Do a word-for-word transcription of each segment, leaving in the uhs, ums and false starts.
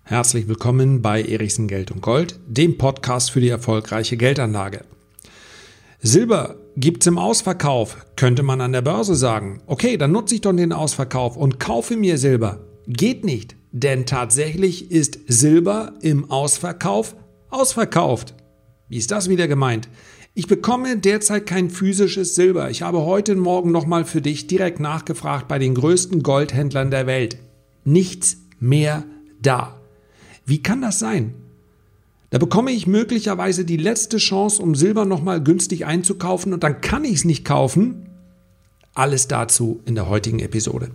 Herzlich willkommen bei Erichsen Geld und Gold, dem Podcast für die erfolgreiche Geldanlage. Silber gibt's im Ausverkauf, könnte man an der Börse sagen. Okay, dann nutze ich doch den Ausverkauf und kaufe mir Silber. Geht nicht, denn tatsächlich ist Silber im Ausverkauf ausverkauft. Wie ist das wieder gemeint? Ich bekomme derzeit kein physisches Silber. Ich habe heute Morgen nochmal für dich direkt nachgefragt bei den größten Goldhändlern der Welt. Nichts mehr da. Wie kann das sein? Da bekomme ich möglicherweise die letzte Chance, um Silber nochmal günstig einzukaufen und dann kann ich es nicht kaufen. Alles dazu in der heutigen Episode.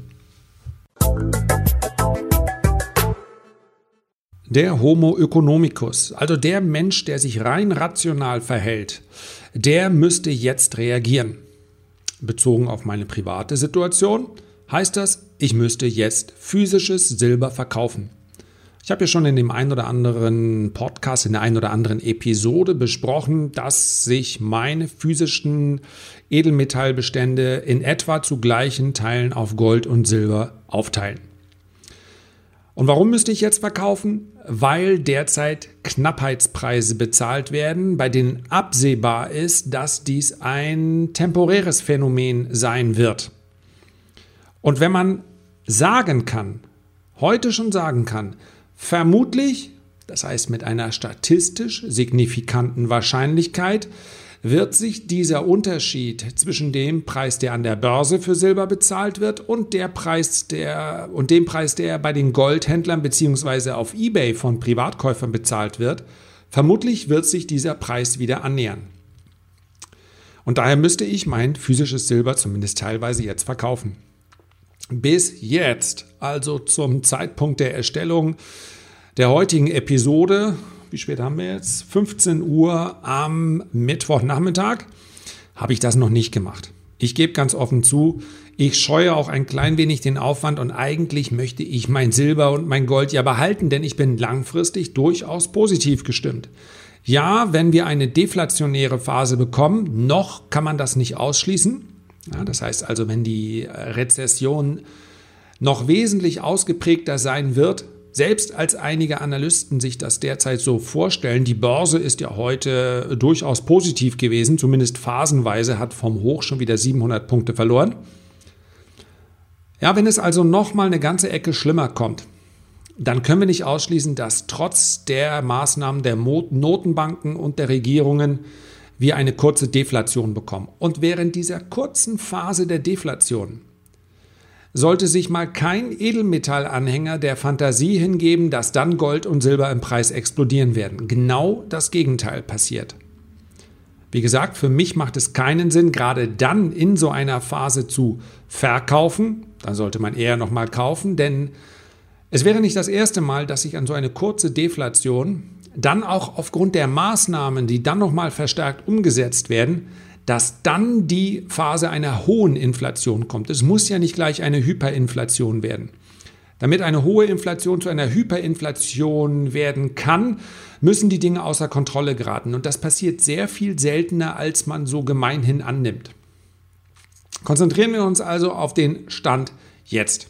Der Homo economicus, also der Mensch, der sich rein rational verhält, der müsste jetzt reagieren. Bezogen auf meine private Situation heißt das, ich müsste jetzt physisches Silber verkaufen. Ich habe ja schon in dem einen oder anderen Podcast, in der einen oder anderen Episode besprochen, dass sich meine physischen Edelmetallbestände in etwa zu gleichen Teilen auf Gold und Silber aufteilen. Und warum müsste ich jetzt verkaufen? Weil derzeit Knappheitspreise bezahlt werden, bei denen absehbar ist, dass dies ein temporäres Phänomen sein wird. Und wenn man sagen kann, heute schon sagen kann, vermutlich, das heißt mit einer statistisch signifikanten Wahrscheinlichkeit, wird sich dieser Unterschied zwischen dem Preis, der an der Börse für Silber bezahlt wird, und der Preis, der und dem Preis, der bei den Goldhändlern bzw. auf eBay von Privatkäufern bezahlt wird, vermutlich wird sich dieser Preis wieder annähern. Und daher müsste ich mein physisches Silber zumindest teilweise jetzt verkaufen. Bis jetzt, also zum Zeitpunkt der Erstellung der heutigen Episode, wie spät haben wir jetzt? fünfzehn Uhr am Mittwochnachmittag, habe ich das noch nicht gemacht. Ich gebe ganz offen zu, ich scheue auch ein klein wenig den Aufwand und eigentlich möchte ich mein Silber und mein Gold ja behalten, denn ich bin langfristig durchaus positiv gestimmt. Ja, wenn wir eine deflationäre Phase bekommen, noch kann man das nicht ausschließen. Ja, das heißt also, wenn die Rezession noch wesentlich ausgeprägter sein wird, selbst als einige Analysten sich das derzeit so vorstellen, die Börse ist ja heute durchaus positiv gewesen, zumindest phasenweise, hat vom Hoch schon wieder siebenhundert Punkte verloren. Ja, wenn es also nochmal eine ganze Ecke schlimmer kommt, dann können wir nicht ausschließen, dass trotz der Maßnahmen der Notenbanken und der Regierungen wir eine kurze Deflation bekommen. Und während dieser kurzen Phase der Deflation sollte sich mal kein Edelmetallanhänger der Fantasie hingeben, dass dann Gold und Silber im Preis explodieren werden. Genau das Gegenteil passiert. Wie gesagt, für mich macht es keinen Sinn, gerade dann in so einer Phase zu verkaufen. Dann sollte man eher nochmal kaufen, denn es wäre nicht das erste Mal, dass sich an so eine kurze Deflation dann auch aufgrund der Maßnahmen, die dann nochmal verstärkt umgesetzt werden, dass dann die Phase einer hohen Inflation kommt. Es muss ja nicht gleich eine Hyperinflation werden. Damit eine hohe Inflation zu einer Hyperinflation werden kann, müssen die Dinge außer Kontrolle geraten. Und das passiert sehr viel seltener, als man so gemeinhin annimmt. Konzentrieren wir uns also auf den Stand jetzt.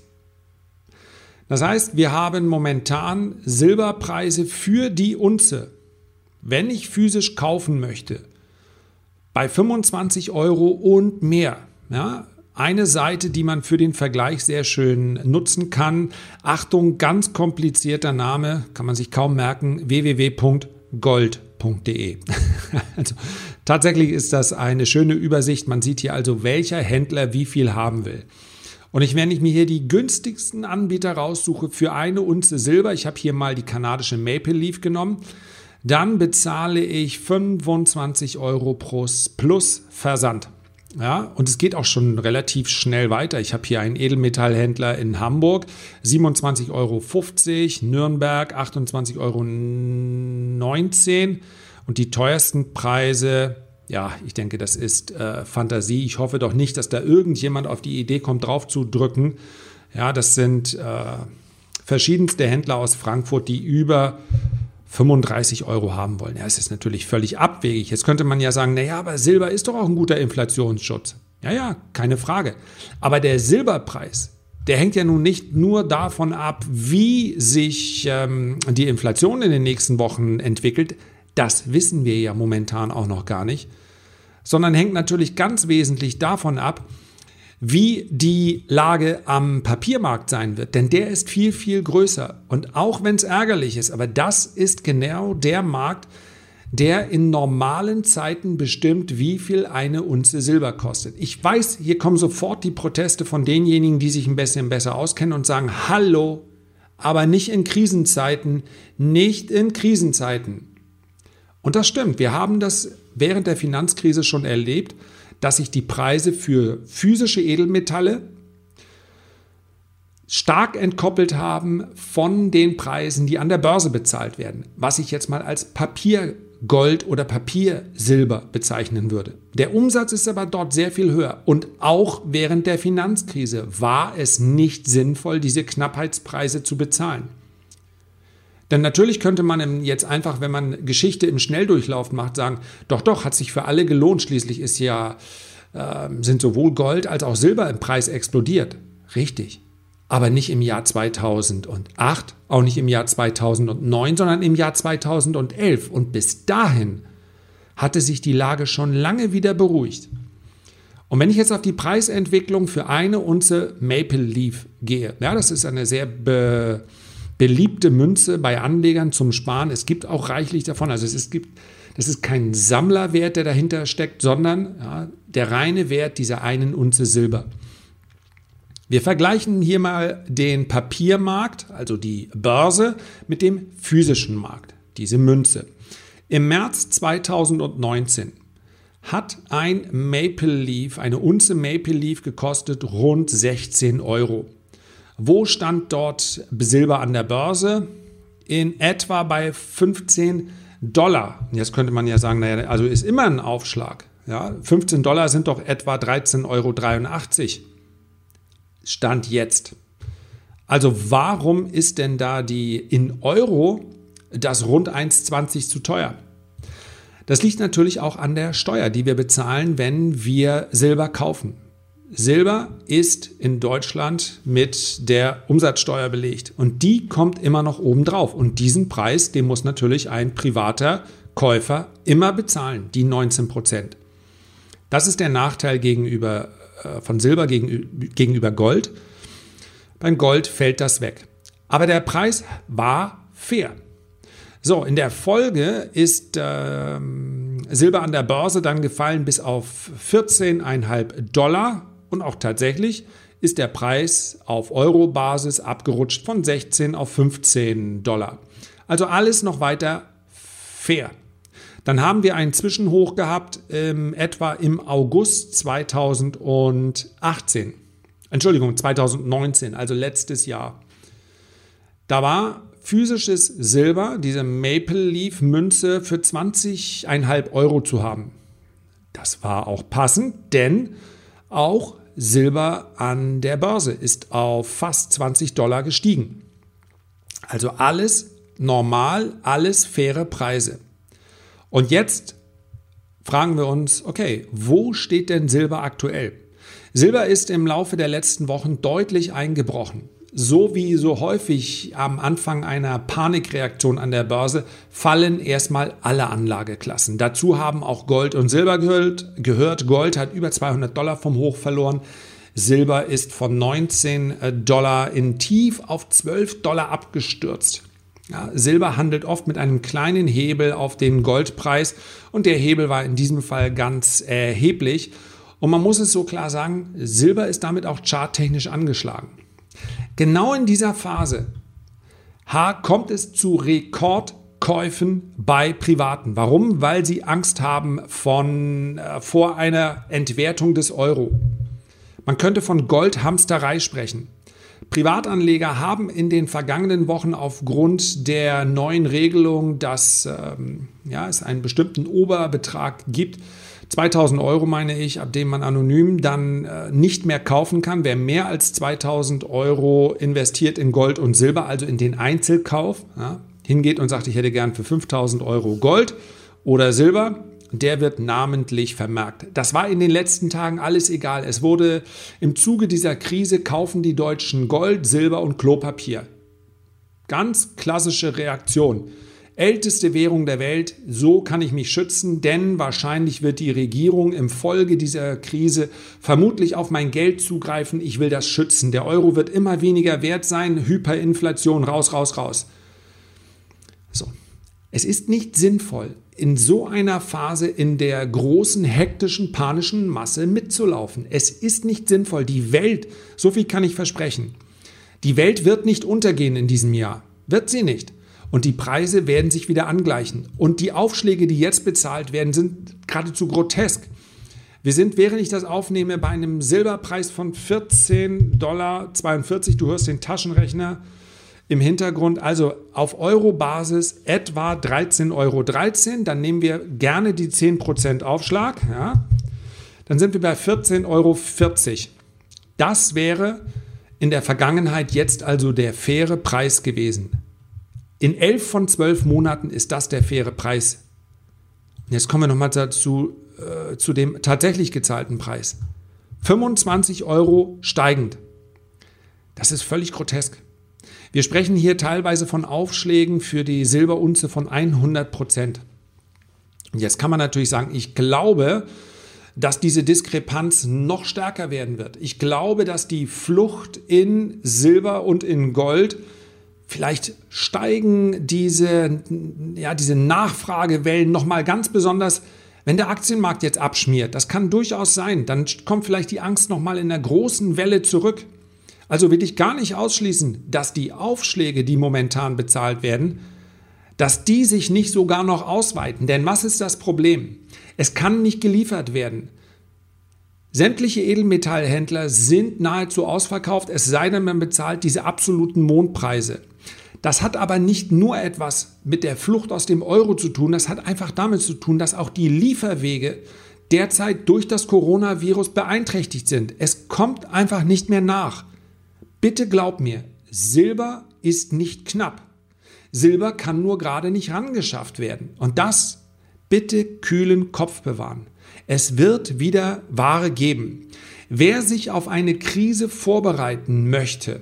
Das heißt, wir haben momentan Silberpreise für die Unze, wenn ich physisch kaufen möchte, bei fünfundzwanzig Euro und mehr. Ja, eine Seite, die man für den Vergleich sehr schön nutzen kann. Achtung, ganz komplizierter Name, kann man sich kaum merken, w w w punkt gold punkt d e. Also, tatsächlich ist das eine schöne Übersicht. Man sieht hier also, welcher Händler wie viel haben will. Und ich, wenn ich mir hier die günstigsten Anbieter raussuche für eine Unze Silber, ich habe hier mal die kanadische Maple Leaf genommen, dann bezahle ich fünfundzwanzig Euro plus, plus Versand. Ja, und es geht auch schon relativ schnell weiter. Ich habe hier einen Edelmetallhändler in Hamburg, siebenundzwanzig Euro fünfzig, Nürnberg achtundzwanzig Euro neunzehn und die teuersten Preise, ja, ich denke, das ist äh, Fantasie. Ich hoffe doch nicht, dass da irgendjemand auf die Idee kommt, drauf zu drücken. Ja, das sind äh, verschiedenste Händler aus Frankfurt, die über fünfunddreißig Euro haben wollen. Ja, es ist natürlich völlig abwegig. Jetzt könnte man ja sagen, naja, aber Silber ist doch auch ein guter Inflationsschutz. Ja, ja, keine Frage. Aber der Silberpreis der hängt ja nun nicht nur davon ab, wie sich ähm, die Inflation in den nächsten Wochen entwickelt. Das wissen wir ja momentan auch noch gar nicht. Sondern hängt natürlich ganz wesentlich davon ab, wie die Lage am Papiermarkt sein wird. Denn der ist viel, viel größer. Und auch wenn es ärgerlich ist, aber das ist genau der Markt, der in normalen Zeiten bestimmt, wie viel eine Unze Silber kostet. Ich weiß, hier kommen sofort die Proteste von denjenigen, die sich ein bisschen besser auskennen und sagen, hallo, aber nicht in Krisenzeiten, nicht in Krisenzeiten. Und das stimmt, wir haben das während der Finanzkrise schon erlebt, dass sich die Preise für physische Edelmetalle stark entkoppelt haben von den Preisen, die an der Börse bezahlt werden, was ich jetzt mal als Papiergold oder Papiersilber bezeichnen würde. Der Umsatz ist aber dort sehr viel höher und auch während der Finanzkrise war es nicht sinnvoll, diese Knappheitspreise zu bezahlen. Denn natürlich könnte man jetzt einfach, wenn man Geschichte im Schnelldurchlauf macht, sagen, doch, doch, hat sich für alle gelohnt. Schließlich ist ja, äh, sind sowohl Gold als auch Silber im Preis explodiert. Richtig. Aber nicht im Jahr zweitausendacht, auch nicht im Jahr zweitausendneun, sondern im Jahr zweitausendelf. Und bis dahin hatte sich die Lage schon lange wieder beruhigt. Und wenn ich jetzt auf die Preisentwicklung für eine Unze Maple Leaf gehe, ja, das ist eine sehr be beliebte Münze bei Anlegern zum Sparen. Es gibt auch reichlich davon. Also es ist, gibt, das ist kein Sammlerwert, der dahinter steckt, sondern ja, der reine Wert dieser einen Unze Silber. Wir vergleichen hier mal den Papiermarkt, also die Börse, mit dem physischen Markt, diese Münze. Im März zweitausendneunzehn hat ein Maple Leaf, eine Unze Maple Leaf gekostet rund sechzehn Euro. Wo stand dort Silber an der Börse? In etwa bei fünfzehn Dollar. Jetzt könnte man ja sagen, naja, also ist immer ein Aufschlag. Ja, fünfzehn Dollar sind doch etwa dreizehn Euro dreiundachtzig. Stand jetzt. Also warum ist denn da die in Euro das rund eins Komma zwanzig zu teuer? Das liegt natürlich auch an der Steuer, die wir bezahlen, wenn wir Silber kaufen. Silber ist in Deutschland mit der Umsatzsteuer belegt und die kommt immer noch oben drauf. Und diesen Preis, den muss natürlich ein privater Käufer immer bezahlen, die neunzehn Prozent. Das ist der Nachteil gegenüber, äh, von Silber gegenüber, gegenüber Gold. Beim Gold fällt das weg. Aber der Preis war fair. So, in der Folge ist äh, Silber an der Börse dann gefallen bis auf vierzehn Komma fünf Dollar. Und auch tatsächlich ist der Preis auf Euro-Basis abgerutscht von sechzehn auf fünfzehn Dollar. Also alles noch weiter fair. Dann haben wir einen Zwischenhoch gehabt, ähm, etwa im August zweitausendachtzehn. Entschuldigung, zweitausendneunzehn, also letztes Jahr. Da war physisches Silber, diese Maple Leaf Münze, für zwanzig Komma fünf Euro zu haben. Das war auch passend, denn auch Silber an der Börse ist auf fast zwanzig Dollar gestiegen. Also alles normal, alles faire Preise. Und jetzt fragen wir uns, okay, wo steht denn Silber aktuell? Silber ist im Laufe der letzten Wochen deutlich eingebrochen. So wie so häufig am Anfang einer Panikreaktion an der Börse fallen erstmal alle Anlageklassen. Dazu haben auch Gold und Silber gehört. Gold hat über zweihundert Dollar vom Hoch verloren. Silber ist von neunzehn Dollar in Tief auf zwölf Dollar abgestürzt. Ja, Silber handelt oft mit einem kleinen Hebel auf den Goldpreis und der Hebel war in diesem Fall ganz erheblich. Und man muss es so klar sagen, Silber ist damit auch charttechnisch angeschlagen. Genau in dieser Phase kommt es zu Rekordkäufen bei Privaten. Warum? Weil sie Angst haben von, äh, vor einer Entwertung des Euro. Man könnte von Goldhamsterei sprechen. Privatanleger haben in den vergangenen Wochen aufgrund der neuen Regelung, dass ähm, ja, es einen bestimmten Oberbetrag gibt, zweitausend Euro meine ich, ab dem man anonym dann äh, nicht mehr kaufen kann. Wer mehr als zweitausend Euro investiert in Gold und Silber, also in den Einzelkauf, ja, hingeht und sagt, ich hätte gern für fünftausend Euro Gold oder Silber, und der wird namentlich vermerkt. Das war in den letzten Tagen alles egal. Es wurde im Zuge dieser Krise kaufen die Deutschen Gold, Silber und Klopapier. Ganz klassische Reaktion. Älteste Währung der Welt, so kann ich mich schützen, denn wahrscheinlich wird die Regierung im Folge dieser Krise vermutlich auf mein Geld zugreifen. Ich will das schützen. Der Euro wird immer weniger wert sein. Hyperinflation, raus, raus, raus. So. Es ist nicht sinnvoll, in so einer Phase in der großen, hektischen, panischen Masse mitzulaufen. Es ist nicht sinnvoll. Die Welt, so viel kann ich versprechen, die Welt wird nicht untergehen in diesem Jahr. Wird sie nicht. Und die Preise werden sich wieder angleichen. Und die Aufschläge, die jetzt bezahlt werden, sind geradezu grotesk. Wir sind, während ich das aufnehme, bei einem Silberpreis von vierzehn Komma zweiundvierzig Dollar. Du hörst den Taschenrechner im Hintergrund. Also auf Euro-Basis etwa dreizehn Euro dreizehn. Dann nehmen wir gerne die zehn Prozent Aufschlag. Ja. Dann sind wir bei vierzehn Euro vierzig. Das wäre in der Vergangenheit jetzt also der faire Preis gewesen. In elf von zwölf Monaten ist das der faire Preis. Und jetzt kommen wir nochmal dazu, äh, zu dem tatsächlich gezahlten Preis. fünfundzwanzig Euro steigend. Das ist völlig grotesk. Wir sprechen hier teilweise von Aufschlägen für die Silberunze von hundert Prozent. Und jetzt kann man natürlich sagen, ich glaube, dass diese Diskrepanz noch stärker werden wird. Ich glaube, dass die Flucht in Silber und in Gold vielleicht steigen diese, ja, diese Nachfragewellen nochmal ganz besonders, wenn der Aktienmarkt jetzt abschmiert. Das kann durchaus sein. Dann kommt vielleicht die Angst nochmal in einer großen Welle zurück. Also will ich gar nicht ausschließen, dass die Aufschläge, die momentan bezahlt werden, dass die sich nicht sogar noch ausweiten. Denn was ist das Problem? Es kann nicht geliefert werden. Sämtliche Edelmetallhändler sind nahezu ausverkauft, es sei denn, man bezahlt diese absoluten Mondpreise. Das hat aber nicht nur etwas mit der Flucht aus dem Euro zu tun, das hat einfach damit zu tun, dass auch die Lieferwege derzeit durch das Coronavirus beeinträchtigt sind. Es kommt einfach nicht mehr nach. Bitte glaub mir, Silber ist nicht knapp. Silber kann nur gerade nicht rangeschafft werden. Und das bitte kühlen Kopf bewahren. Es wird wieder Ware geben. Wer sich auf eine Krise vorbereiten möchte,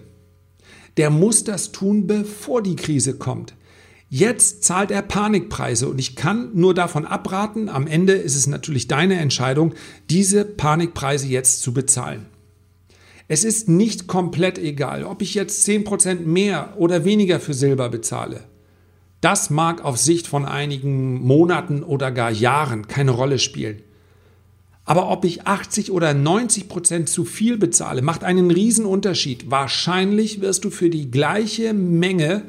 der muss das tun, bevor die Krise kommt. Jetzt zahlt er Panikpreise und ich kann nur davon abraten, am Ende ist es natürlich deine Entscheidung, diese Panikpreise jetzt zu bezahlen. Es ist nicht komplett egal, ob ich jetzt zehn Prozent mehr oder weniger für Silber bezahle. Das mag auf Sicht von einigen Monaten oder gar Jahren keine Rolle spielen. Aber ob ich achtzig oder neunzig Prozent zu viel bezahle, macht einen riesen Unterschied. Wahrscheinlich wirst du für die gleiche Menge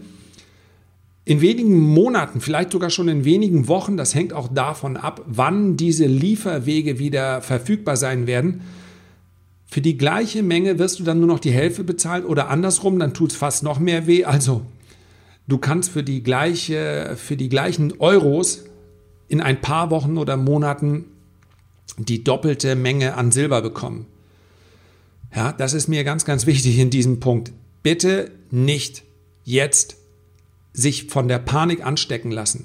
in wenigen Monaten, vielleicht sogar schon in wenigen Wochen, das hängt auch davon ab, wann diese Lieferwege wieder verfügbar sein werden, für die gleiche Menge wirst du dann nur noch die Hälfte bezahlen oder andersrum, dann tut es fast noch mehr weh. Also du kannst für die gleiche, für die gleichen Euros in ein paar Wochen oder Monaten die doppelte Menge an Silber bekommen. Ja, das ist mir ganz, ganz wichtig in diesem Punkt. Bitte nicht jetzt sich von der Panik anstecken lassen.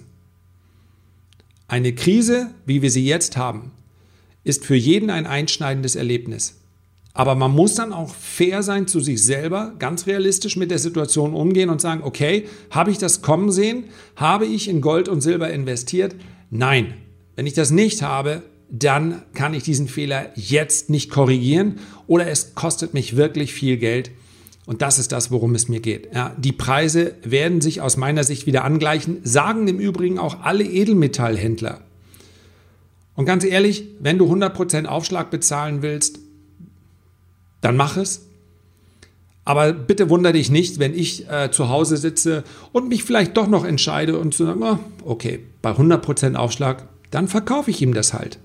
Eine Krise, wie wir sie jetzt haben, ist für jeden ein einschneidendes Erlebnis. Aber man muss dann auch fair sein zu sich selber, ganz realistisch mit der Situation umgehen und sagen, okay, habe ich das kommen sehen? Habe ich in Gold und Silber investiert? Nein. Wenn ich das nicht habe, dann kann ich diesen Fehler jetzt nicht korrigieren oder es kostet mich wirklich viel Geld. Und das ist das, worum es mir geht. Ja, die Preise werden sich aus meiner Sicht wieder angleichen, sagen im Übrigen auch alle Edelmetallhändler. Und ganz ehrlich, wenn du hundert Prozent Aufschlag bezahlen willst, dann mach es. Aber bitte wundere dich nicht, wenn ich äh, zu Hause sitze und mich vielleicht doch noch entscheide und zu sagen, oh, okay, bei hundert Prozent Aufschlag, dann verkaufe ich ihm das halt.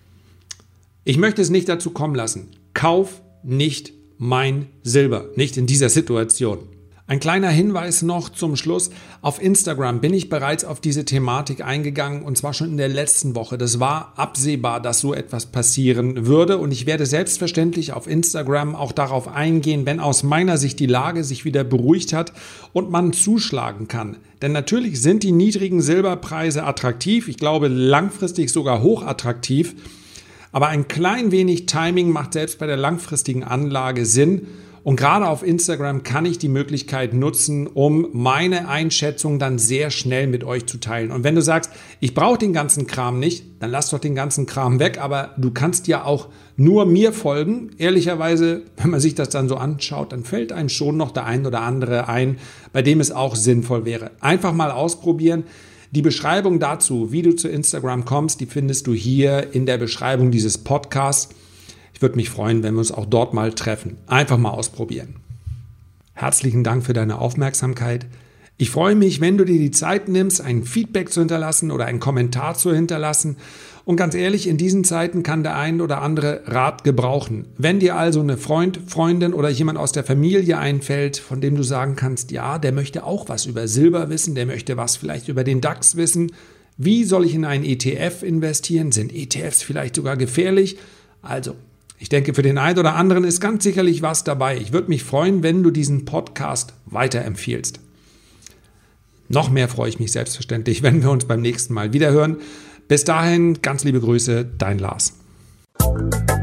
Ich möchte es nicht dazu kommen lassen. Kauf nicht mein Silber, nicht in dieser Situation. Ein kleiner Hinweis noch zum Schluss. Auf Instagram bin ich bereits auf diese Thematik eingegangen und zwar schon in der letzten Woche. Das war absehbar, dass so etwas passieren würde und ich werde selbstverständlich auf Instagram auch darauf eingehen, wenn aus meiner Sicht die Lage sich wieder beruhigt hat und man zuschlagen kann. Denn natürlich sind die niedrigen Silberpreise attraktiv, ich glaube langfristig sogar hochattraktiv, aber ein klein wenig Timing macht selbst bei der langfristigen Anlage Sinn. Und gerade auf Instagram kann ich die Möglichkeit nutzen, um meine Einschätzung dann sehr schnell mit euch zu teilen. Und wenn du sagst, ich brauche den ganzen Kram nicht, dann lass doch den ganzen Kram weg. Aber du kannst ja auch nur mir folgen. Ehrlicherweise, wenn man sich das dann so anschaut, dann fällt einem schon noch der ein oder andere ein, bei dem es auch sinnvoll wäre. Einfach mal ausprobieren. Die Beschreibung dazu, wie du zu Instagram kommst, die findest du hier in der Beschreibung dieses Podcasts. Ich würde mich freuen, wenn wir uns auch dort mal treffen. Einfach mal ausprobieren. Herzlichen Dank für deine Aufmerksamkeit. Ich freue mich, wenn du dir die Zeit nimmst, ein Feedback zu hinterlassen oder einen Kommentar zu hinterlassen. Und ganz ehrlich, in diesen Zeiten kann der ein oder andere Rat gebrauchen. Wenn dir also eine Freund, Freundin oder jemand aus der Familie einfällt, von dem du sagen kannst, ja, der möchte auch was über Silber wissen, der möchte was vielleicht über den DAX wissen. Wie soll ich in einen E T F investieren? Sind E T Fs vielleicht sogar gefährlich? Also, ich denke, für den einen oder anderen ist ganz sicherlich was dabei. Ich würde mich freuen, wenn du diesen Podcast weiterempfiehlst. Noch mehr freue ich mich selbstverständlich, wenn wir uns beim nächsten Mal wiederhören. Bis dahin, ganz liebe Grüße, dein Lars.